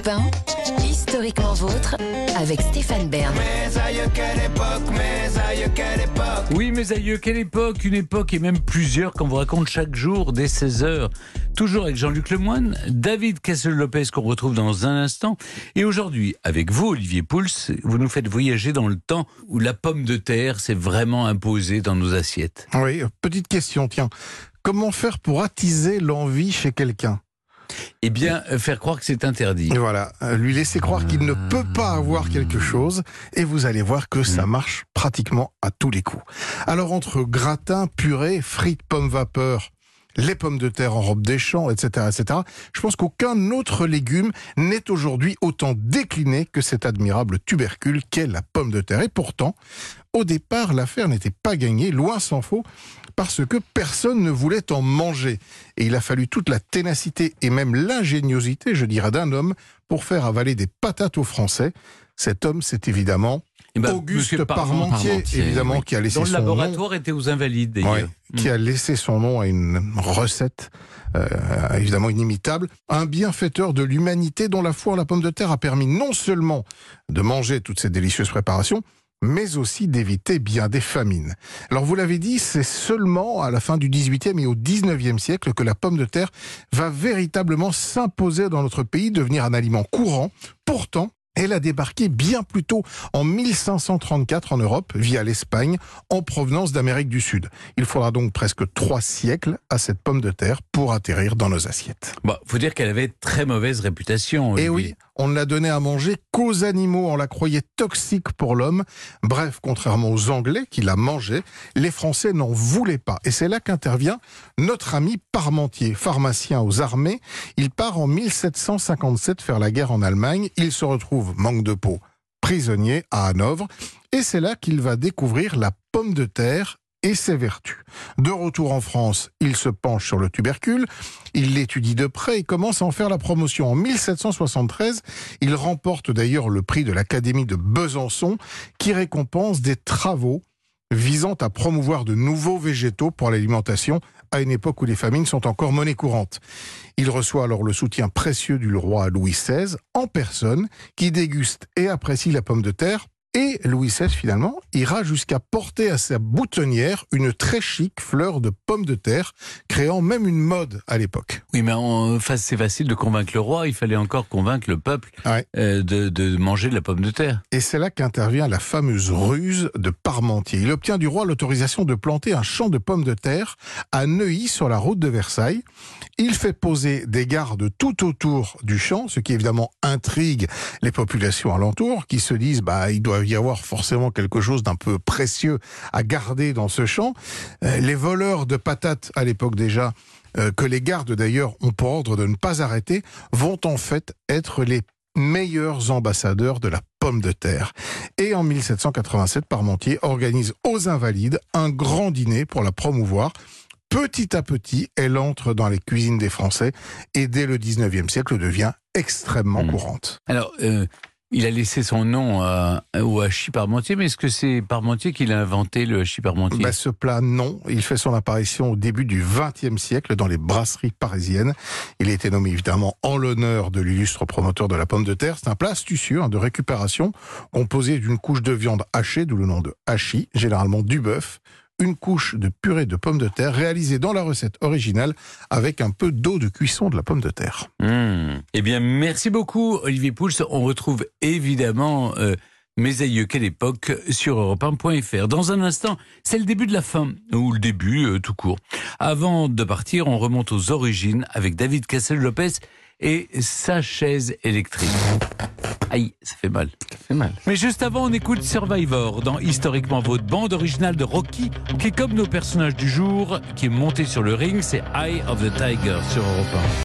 Europe 1, historiquement vôtre, avec Stéphane Bern. Mes aïeux, quelle époque, mes aïeux, quelle époque. Oui, mes aïeux, quelle époque, une époque et même plusieurs qu'on vous raconte chaque jour dès 16h. Toujours avec Jean-Luc Lemoyne, David Cassel-Lopez qu'on retrouve dans un instant. Et aujourd'hui, avec vous, Olivier Pouls, vous nous faites voyager dans le temps où la pomme de terre s'est vraiment imposée dans nos assiettes. Oui, petite question, tiens. Comment faire pour attiser l'envie chez quelqu'un ? Eh bien, faire croire que c'est interdit. Et voilà, lui laisser croire qu'il ne peut pas avoir quelque chose, et vous allez voir que ça marche pratiquement à tous les coups. Alors entre gratin, purée, frites, pommes vapeur, les pommes de terre en robe des champs, etc., je pense qu'aucun autre légume n'est aujourd'hui autant décliné que cet admirable tubercule qu'est la pomme de terre. Et pourtant, au départ, l'affaire n'était pas gagnée, loin s'en faut, parce que personne ne voulait en manger. Et il a fallu toute la ténacité et même l'ingéniosité, je dirais, d'un homme pour faire avaler des patates aux Français. Cet homme, c'est évidemment Auguste Parmentier, évidemment, qui a laissé dont son le nom. laboratoire était aux Invalides, d'ailleurs. Qui a laissé son nom à une recette évidemment inimitable. Un bienfaiteur de l'humanité dont la foi en la pomme de terre a permis non seulement de manger toutes ces délicieuses préparations, mais aussi d'éviter bien des famines. Alors vous l'avez dit, c'est seulement à la fin du XVIIIe et au XIXe siècle que la pomme de terre va véritablement s'imposer dans notre pays, devenir un aliment courant. Pourtant, elle a débarqué bien plus tôt, en 1534 en Europe, via l'Espagne, en provenance d'Amérique du Sud. Il faudra donc presque 3 siècles à cette pomme de terre pour atterrir dans nos assiettes. Bon, faut dire qu'elle avait très mauvaise réputation. Olivier. Et oui, on ne la donnait à manger qu'aux animaux, on la croyait toxique pour l'homme. Bref, contrairement aux Anglais qui la mangeaient, les Français n'en voulaient pas. Et c'est là qu'intervient notre ami Parmentier, pharmacien aux armées. Il part en 1757 faire la guerre en Allemagne. Il se retrouve, manque de peau, prisonnier à Hanovre. Et c'est là qu'il va découvrir la pomme de terre et ses vertus. De retour en France, il se penche sur le tubercule, il l'étudie de près et commence à en faire la promotion. En 1773, il remporte d'ailleurs le prix de l'Académie de Besançon qui récompense des travaux visant à promouvoir de nouveaux végétaux pour l'alimentation à une époque où les famines sont encore monnaie courante. Il reçoit alors le soutien précieux du roi Louis XVI en personne qui déguste et apprécie la pomme de terre. Et Louis XVI, finalement, ira jusqu'à porter à sa boutonnière une très chic fleur de pomme de terre, créant même une mode à l'époque. Oui, mais c'est facile de convaincre le roi, il fallait encore convaincre le peuple de manger de la pomme de terre. Et c'est là qu'intervient la fameuse ruse de Parmentier. Il obtient du roi l'autorisation de planter un champ de pommes de terre à Neuilly, sur la route de Versailles. Il fait poser des gardes tout autour du champ, ce qui évidemment intrigue les populations alentours, qui se disent il doit y avoir forcément quelque chose d'un peu précieux à garder dans ce champ. Les voleurs de patates, à l'époque déjà, que les gardes d'ailleurs ont pour ordre de ne pas arrêter, vont en fait être les meilleurs ambassadeurs de la pomme de terre. Et en 1787, Parmentier organise aux Invalides un grand dîner pour la promouvoir. Petit à petit, elle entre dans les cuisines des Français et dès le 19e siècle devient extrêmement courante. Alors, il a laissé son nom au hachis Parmentier, mais est-ce que c'est Parmentier qui l'a inventé, le hachis Parmentier ? Ce plat, non. Il fait son apparition au début du XXe siècle dans les brasseries parisiennes. Il a été nommé évidemment en l'honneur de l'illustre promoteur de la pomme de terre. C'est un plat astucieux de récupération composé d'une couche de viande hachée, d'où le nom de hachis, généralement du bœuf, une couche de purée de pommes de terre réalisée dans la recette originale avec un peu d'eau de cuisson de la pomme de terre. Eh bien, merci beaucoup, Olivier Pouls. On retrouve évidemment Mes aïeux, quelle époque sur europe1.fr. Dans un instant, c'est le début de la fin, ou le début tout court. Avant de partir, on remonte aux origines avec David Cassel-Lopez et sa chaise électrique. Aïe, ça fait mal. Ça fait mal. Mais juste avant, on écoute Survivor dans Historiquement Votre, bande originale de Rocky, qui est comme nos personnages du jour, qui est monté sur le ring, c'est Eye of the Tiger sur Europe 1.